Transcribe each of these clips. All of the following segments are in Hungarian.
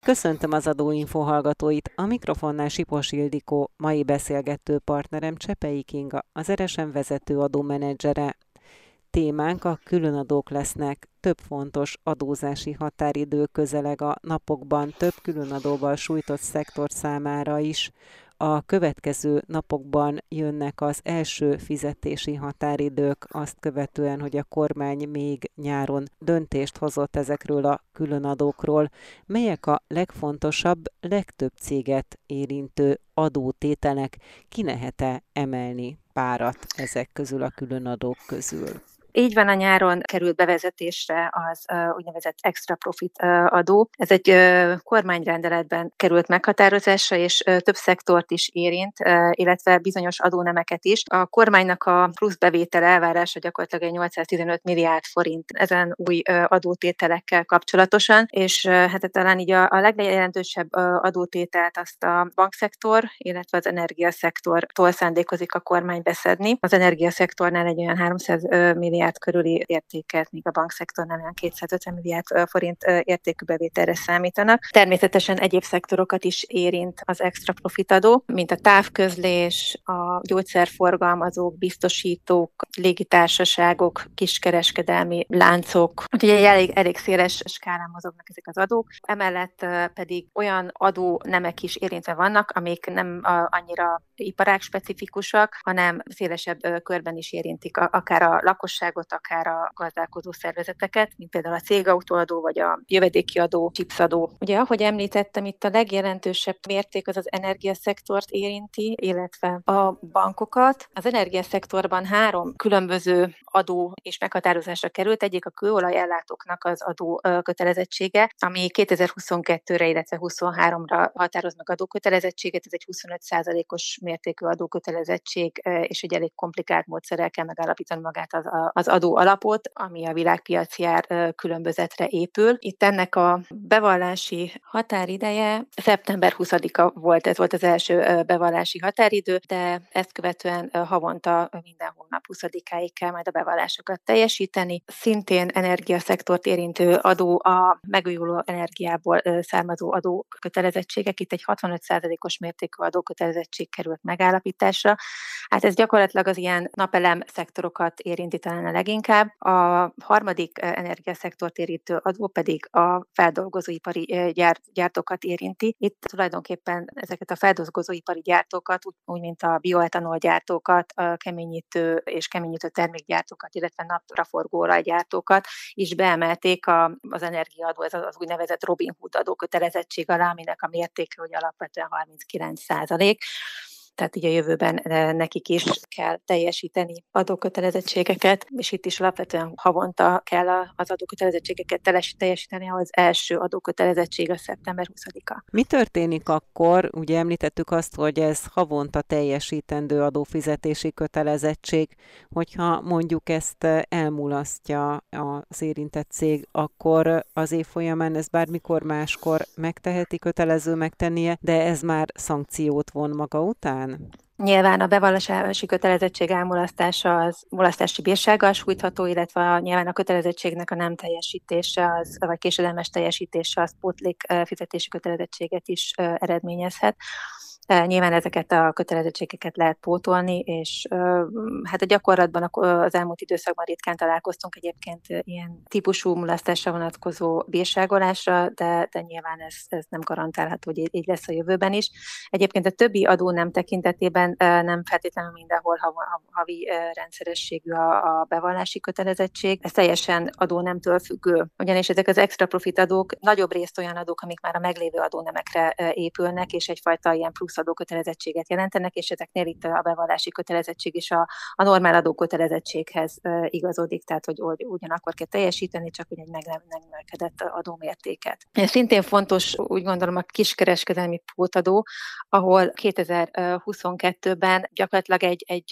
Köszöntöm az Adóinfo hallgatóit, a mikrofonnál Sipos Ildikó, mai beszélgető partnerem Csepei Kinga, az RSM vezető adómenedzsere. Témánk a különadók lesznek, több fontos adózási határidő közeleg a napokban, több különadóval sújtott szektor számára is. A következő napokban jönnek az első fizetési határidők, azt követően, hogy a kormány még nyáron döntést hozott ezekről a különadókról. Melyek a legfontosabb, legtöbb céget érintő adótételek? Ki lehet-e emelni párat ezek közül a különadók közül? Így van, a nyáron került bevezetésre az úgynevezett extra profit adó. Ez egy kormányrendeletben került meghatározásra, és több szektort is érint, illetve bizonyos adónemeket is. A kormánynak a plusz bevétel elvárása gyakorlatilag egy 815 milliárd forint ezen új adótételekkel kapcsolatosan, és hát talán így a legjelentősebb adótételt azt a bankszektor, illetve az energiaszektortól szándékozik a kormány beszedni. Az energiaszektornál egy olyan 300 milliárd körüli értéket, míg a bankszektornál olyan 250 milliárd forint értékű bevételre számítanak. Természetesen egyéb szektorokat is érint az extra profit adó, mint a távközlés, a gyógyszerforgalmazók, biztosítók, légitársaságok, kiskereskedelmi láncok. Úgyhogy elég széles skálán mozognak ezek az adók. Emellett pedig olyan adónemek is érintve vannak, amik nem annyira iparág specifikusak, hanem szélesebb körben is érintik akár a lakosságot, akár a gazdálkodó szervezeteket, mint például a cégautóadó, vagy a jövedéki adó, chipsadó. Ugye, ahogy említettem, itt a legjelentősebb mérték az az energiaszektort érinti, illetve a bankokat. Az energiaszektorban 3 különböző adó és meghatározásra került. Egyik a kőolajellátóknak az adó kötelezettsége, ami 2022-re, illetve 2023-ra határoz meg adókötelezettséget. Ez egy 25%-os mértékű adókötelezettség, és egy elég komplikált módszerrel kell megállapítani magát az adó alapot, ami a világpiaci ár különbözetre épül. Itt ennek a bevallási határideje szeptember 20-a volt, ez volt az első bevallási határidő, de ezt követően havonta minden hónap 20-áig kell majd a bevallásokat teljesíteni. Szintén energiaszektort érintő adó a megújuló energiából származó adókötelezettségek. Itt egy 65%-os mértékű adókötelezettség került megállapításra. Hát ez gyakorlatilag az ilyen napelem szektorokat érinti talán a leginkább. A harmadik energiaszektort érintő adó pedig a feldolgozóipari gyártókat érinti. Itt tulajdonképpen ezeket a feldolgozóipari gyártókat, úgy mint a bioetanol gyártókat, a keményítő és keményítő termékgyártókat, illetve napraforgó olajgyártókat is beemelték az energiaadó, ez az úgynevezett Robin Hood adókötelezettség alá, aminek a mértéke ugye alapvetően 39%. Tehát így a jövőben nekik is kell teljesíteni adókötelezettségeket, és itt is alapvetően havonta kell az adókötelezettségeket teljesíteni, ahol az első adókötelezettség a szeptember 20-a. Mi történik akkor? Ugye említettük azt, hogy ez havonta teljesítendő adófizetési kötelezettség, hogyha mondjuk ezt elmulasztja az érintett cég, akkor az év folyamán ez bármikor máskor megteheti, kötelező megtennie, de ez már szankciót von maga után? Nyilván a bevallási kötelezettség elmulasztása az mulasztási bírsággal sújtható, illetve nyilván a kötelezettségnek a nem teljesítése, vagy késedelmes teljesítése az pótlék fizetési kötelezettséget is eredményezhet. Nyilván ezeket a kötelezettségeket lehet pótolni, és hát a gyakorlatban az elmúlt időszakban ritkán találkoztunk egyébként ilyen típusú mulasztásra vonatkozó bírságolásra, de nyilván ez nem garantálható, hogy így lesz a jövőben is. Egyébként a többi adó nem tekintetében nem feltétlenül mindenhol havi rendszerességű a bevallási kötelezettség. Ez teljesen adónemtől függő, ugyanis ezek az extra profit adók nagyobb részt olyan adók, amik már a meglévő adónemekre épülnek, és egyfajta ilyen plusz adókötelezettséget jelentenek, és ezeknél itt a bevallási kötelezettség is a normál adókötelezettséghez igazodik, tehát hogy ugyanakkor kell teljesíteni, csak hogy egy megnövekedett adómértéket. Szintén fontos, úgy gondolom, a kiskereskedelmi pótadó, ahol 2022-ben gyakorlatilag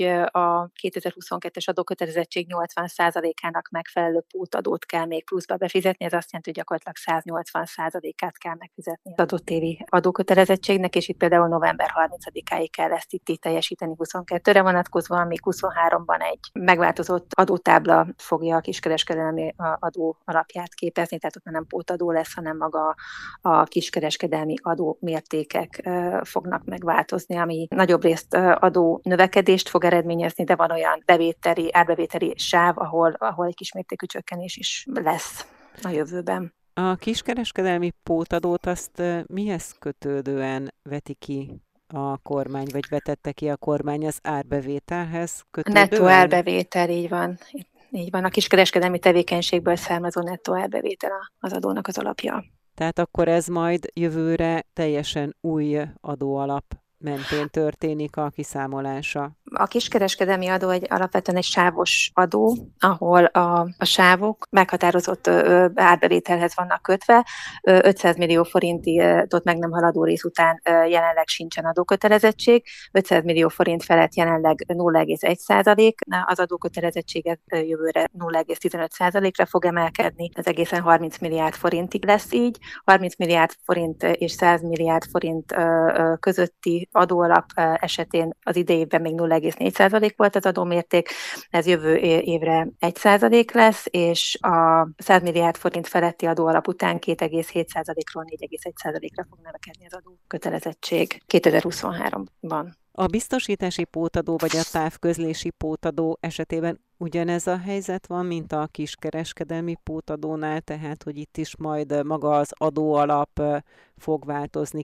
a 2022-es adókötelezettség 80%-ának megfelelő pótadót kell még pluszba befizetni, ez azt jelenti, hogy gyakorlatilag 180%-át kell megfizetni az adott évi adókötelezettségnek, és itt például november 30-áig kell ezt itt teljesíteni 22-re vonatkozóan, míg 23-ban egy megváltozott adótábla fogja a kiskereskedelmi adó alapját képezni, tehát ott már nem pótadó lesz, hanem maga a kiskereskedelmi adó mértékek fognak megváltozni, ami nagyobb részt adó növekedést fog eredményezni, de van olyan árbevételi sáv, ahol egy kismértékű csökkenés is lesz a jövőben. A kiskereskedelmi pótadót azt mihez kötődően veti ki a kormány, vagy vetette ki a kormány, az árbevételhez kötődően? Nettó árbevétel, így van. Így van, a kiskereskedelmi tevékenységből származó nettó árbevétel az adónak az alapja. Tehát akkor ez majd jövőre teljesen új adóalap mentén történik a kiszámolása. A kiskereskedelmi adó alapvetően egy sávos adó, ahol a sávok meghatározott árbevételhez vannak kötve. 500 millió forintot meg nem haladó rész után jelenleg sincsen adókötelezettség. 500 millió forint felett jelenleg 0,1% az adókötelezettséget jövőre 0,15%-ra fog emelkedni. Ez egészen 30 milliárd forintig lesz így. 30 milliárd forint és 100 milliárd forint közötti adóalap esetén az idejében még 0,4% volt az adómérték, ez jövő évre 1% lesz, és a 100 milliárd forint feletti adóalap után 2,7%-ról 4,1%-ra fog növekedni az adókötelezettség 2023-ban. A biztosítási pótadó vagy a távközlési pótadó esetében ugyanez a helyzet van, mint a kiskereskedelmi pótadónál, tehát hogy itt is majd maga az adóalap fog változni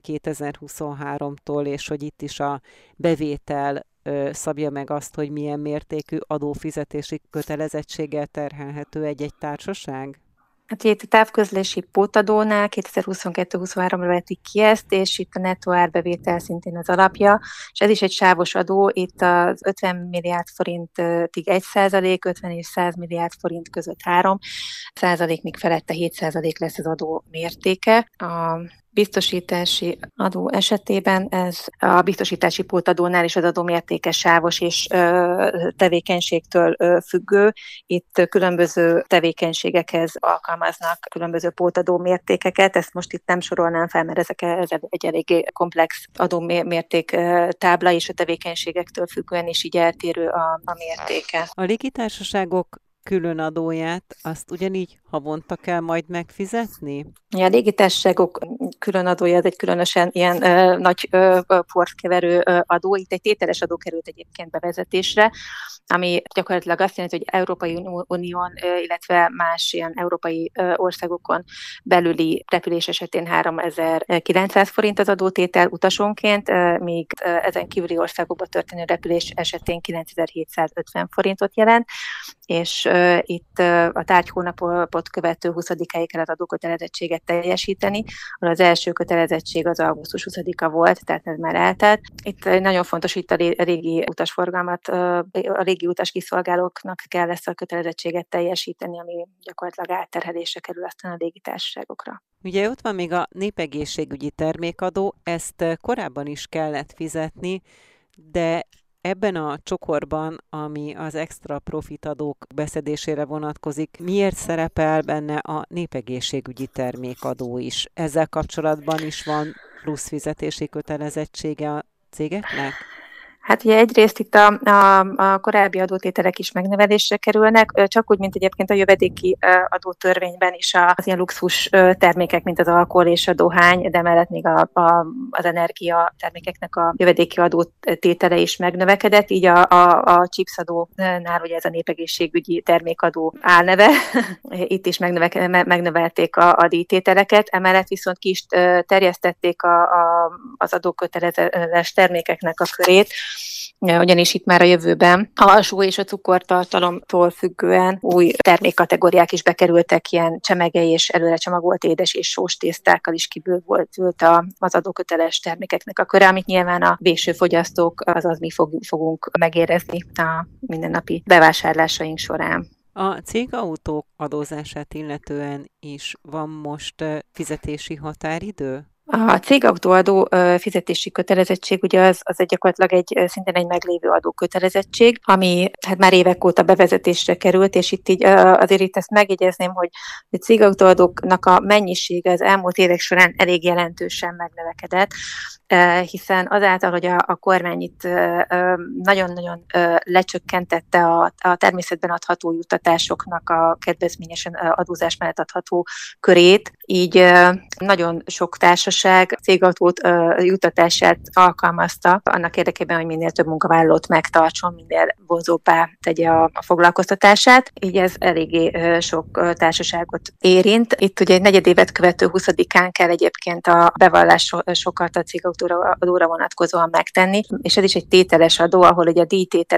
2023-tól, és hogy itt is a bevétel szabja meg azt, hogy milyen mértékű adófizetési kötelezettséggel terhelhető egy-egy társaság? Hát itt a távközlési pótadónál 2022-23-ra vetik ki ezt, és itt a nettó árbevétel szintén az alapja, és ez is egy sávos adó, itt az 50 milliárd forintig 1%, 50 és 100 milliárd forint között 3%, míg felette 7% lesz az adó mértéke. A biztosítási adó esetében ez a biztosítási pótadónál is az adó mértéke sávos és tevékenységtől függő. Itt különböző tevékenységekhez alkalmaznak különböző pótadó mértékeket. Ezt most itt nem sorolnám fel, mert ez egy eléggé komplex adómérték tábla, és a tevékenységektől függően is így eltérő a mértéke. A légitársaságok külön adóját, azt ugyanígy havonta kell majd megfizetni? A légitársaságok külön adója, ez egy különösen ilyen nagy porkeverő adó. Itt egy tételes adó került egyébként bevezetésre, ami gyakorlatilag azt jelenti, hogy Európai Unión, illetve más ilyen európai országokon belüli repülés esetén 3900 forint az adótétel utasonként, míg ezen kívüli országokba történő repülés esetén 9750 forintot jelent, és itt a tárgyhónapot követő 20-áig kell az adókötelezettséget teljesíteni, ahol az első kötelezettség az augusztus 20-a volt, tehát ez már eltelt. Itt nagyon fontos itt a régi utasforgalmat, a régi utaskiszolgálóknak kell ezt a kötelezettséget teljesíteni, ami gyakorlatilag átterhelésre kerül aztán a légitársaságokra. Ugye ott van még a népegészségügyi termékadó, ezt korábban is kellett fizetni, de ebben a csokorban, ami az extra profitadók beszedésére vonatkozik, miért szerepel benne a népegészségügyi termékadó is? Ezzel kapcsolatban is van plusz fizetési kötelezettsége a cégeknek? Hát ugye egyrészt itt a korábbi adótételek is megnövelésre kerülnek, csak úgy, mint egyébként a jövedéki adótörvényben is az ilyen luxus termékek, mint az alkohol és a dohány, de mellett még az energia termékeknek a jövedéki adótétele is megnövekedett, így a chips adónál ugye ez a népegészségügyi termékadó álneve, itt is megnövelték a díjtételeket, emellett viszont ki is terjesztették az adókötelezettes termékeknek a körét, ugyanis itt már a jövőben a alsó és a cukortartalomtól függően új termékkategóriák is bekerültek, ilyen csemegei és előre csomagolt édes és sós tésztákkal is kibővült az adóköteles termékeknek a köre, amit nyilván a végső fogyasztók, azaz mi fogunk megérezni a mindennapi bevásárlásaink során. A cégautók adózását illetően is van most fizetési határidő? A cégautóadó fizetési kötelezettség ugye az gyakorlatilag szintén egy meglévő adókötelezettség, ami hát már évek óta bevezetésre került, és itt így azért itt ezt megjegyezném, hogy a cégautóadóknak a mennyisége az elmúlt évek során elég jelentősen megnövekedett, hiszen azáltal, hogy a kormány itt nagyon-nagyon lecsökkentette a természetben adható juttatásoknak a kedvezményesen adózás mellett adható körét, így nagyon sok társaság cégautót juttatását alkalmazta annak érdekében, hogy minél több munkavállalót megtartson, minél vonzóbbá tegye a foglalkoztatását. Így ez eléggé sok társaságot érint. Itt ugye egy negyedévet követő 20-án kell egyébként a bevallásokat a cégautóadóra vonatkozóan megtenni, és ez is egy tételes adó, ahol ugye a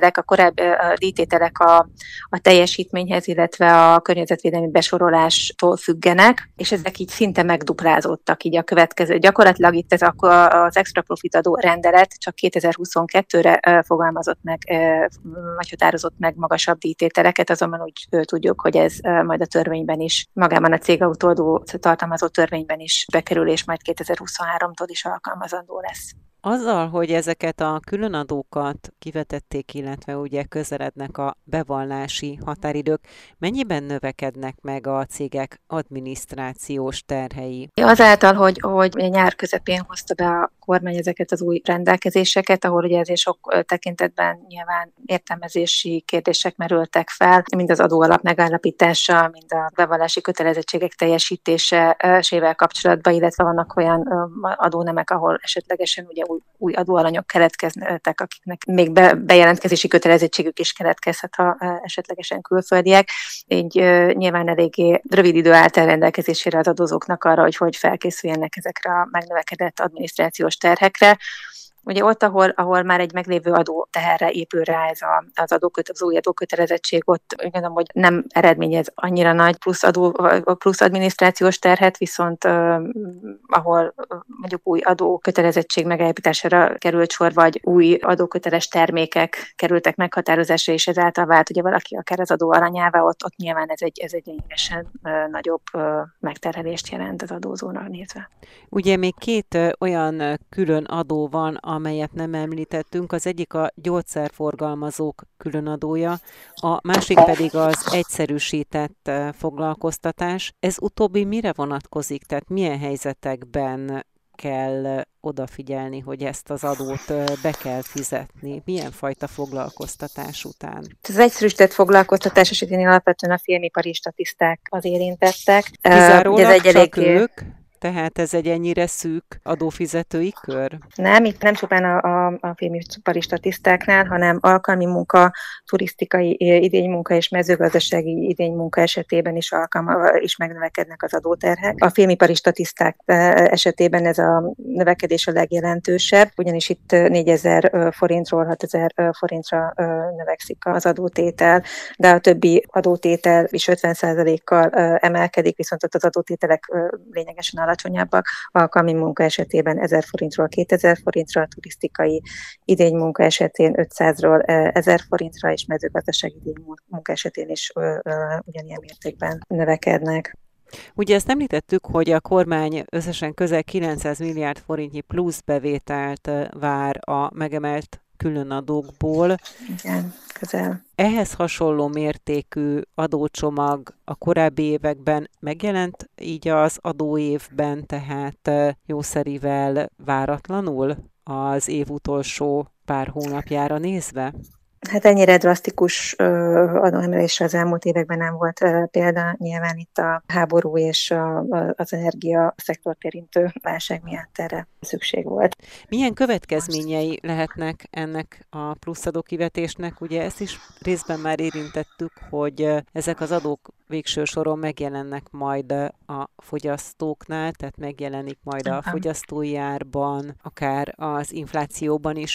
díjtételek a teljesítményhez, illetve a környezetvédelmi besorolástól függenek, és ezek így szinte megduplázódtak így a következő. Gyakorlatilag itt ez az extra profit adó rendelet csak 2022-re fogalmazott meg, vagy határozott meg magasabb díjtételeket, azonban úgy tudjuk, hogy ez majd a törvényben is, magában a cégautóadó tartalmazó törvényben is bekerül, és majd 2023-tól is alkalmazandó lesz. Azzal, hogy ezeket a különadókat kivetették, illetve ugye közelednek a bevallási határidők, mennyiben növekednek meg a cégek adminisztrációs terhei? Azáltal, hogy nyár közepén hozta be a kormány ezeket az új rendelkezéseket, ahol ugye ezért sok tekintetben nyilván értelmezési kérdések merültek fel, mind az adóalap megállapítása, mind a bevallási kötelezettségek teljesítésével kapcsolatban, illetve vannak olyan adónemek, ahol esetlegesen ugye új adóalanyok keletkeznek, akiknek még bejelentkezési kötelezettségük is keletkezhet, ha esetlegesen külföldiek. Így nyilván eléggé rövid idő állt el rendelkezésére az adózóknak arra, hogy felkészüljenek ezekre a megnövekedett adminisztrációs terhekre. Ugye ott, ahol már egy meglévő adóteherre épül rá ez az új adókötelezettség, ott gondolom, hogy nem eredményez annyira nagy plusz adminisztrációs terhet, viszont ahol mondjuk új adókötelezettség megállapítására került sor, vagy új adóköteles termékek kerültek meghatározásra, és ezáltal vált ugye valaki akár az adó alanyává, ott nyilván ez egy lényegesen nagyobb megterhelést jelent az adózónak nézve. Ugye még két olyan külön adó van, amelyet nem említettünk, az egyik a gyógyszerforgalmazók különadója, a másik pedig az egyszerűsített foglalkoztatás. Ez utóbbi mire vonatkozik, tehát milyen helyzetekben kell odafigyelni, hogy ezt az adót be kell fizetni? Milyen fajta foglalkoztatás után? Az egyszerűsített foglalkoztatás esetén alapvetően a filmipari statiszták az érintettek. Kizárólag csak ők? Tehát ez egy ennyire szűk adófizetői kör? Nem, itt nem csupán a filmipari statisztáknál, hanem alkalmi munka, turisztikai idénymunka és mezőgazdasági idénymunka esetében is megnövekednek az adóterhek. A filmipari statiszták esetében ez a növekedés a legjelentősebb, ugyanis itt 4000 forintról 6000 forintra növekszik az adótétel, de a többi adótétel is 50%-kal emelkedik, viszont ott az adótételek lényegesen alacsonyabbak, alkalmi munka esetében 1000 forintról 2000 forintra, a turisztikai idénymunka esetén 500-ról 1000 forintra, és mezőgazdasági idénymunka esetén is ugyanilyen mértékben növekednek. Ugye ezt említettük, hogy a kormány összesen közel 900 milliárd forintnyi plusz bevételt vár a megemelt különadókból. Igen, közel. Ehhez hasonló mértékű adócsomag a korábbi években megjelent, így az adóévben, tehát jószerivel váratlanul az év utolsó pár hónapjára nézve? Hát ennyire drasztikus adóemelésre az elmúlt években nem volt példa. Nyilván itt a háború és az energia szektort érintő válság miatt erre szükség volt. Milyen következményei lehetnek ennek a pluszadó kivetésnek? Ugye ezt is részben már érintettük, hogy ezek az adók végső soron megjelennek majd a fogyasztóknál, tehát megjelenik majd a fogyasztói árban, akár az inflációban is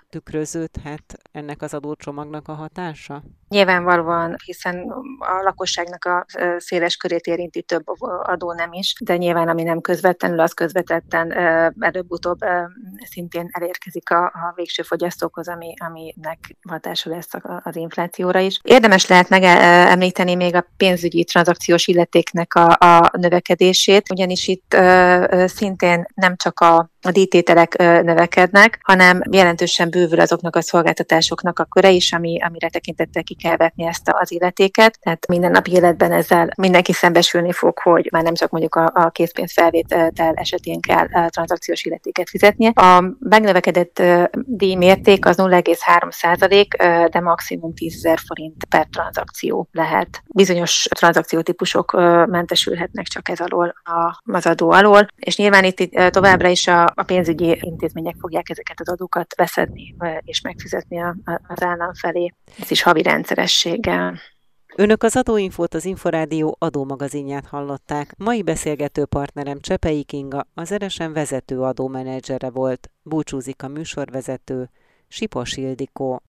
tükröződhet ennek az adócsomagnak a hatása? Nyilvánvalóan, hiszen a lakosságnak a széles körét érinti több adó nem is, de nyilván ami nem közvetlenül, az közvetetten előbb-utóbb szintén elérkezik a végső fogyasztókhoz, aminek hatása lesz az inflációra is. Érdemes lehet megemlíteni még a pénzügyi tranzakciós illetéknek a növekedését, ugyanis itt szintén nem csak a díjtételek növekednek, hanem jelentősen bővül azoknak a szolgáltatásoknak a köre is, amire tekintettel ki kell vetni ezt az illetéket. Tehát mindennapi életben ezzel mindenki szembesülni fog, hogy már nem csak mondjuk a készpénzfelvétel esetén kell tranzakciós illetéket fizetnie. A megnövekedett díjmérték az 0,3%, de maximum 10.000 forint per tranzakció lehet. Bizonyos tranzakciótípusok mentesülhetnek csak ez alól, az adó alól, és nyilván itt továbbra is a pénzügyi intézmények fogják ezeket az adókat beszedni és megfizetni az állam felé. Ez is havi rendszerességgel. Önök az Adóinfót, az Inforádió adómagazinját hallották. Mai beszélgető partnerem Csepei Kinga, az RSM vezető adómenedzsere volt. Búcsúzik a műsorvezető, Sipos Ildikó.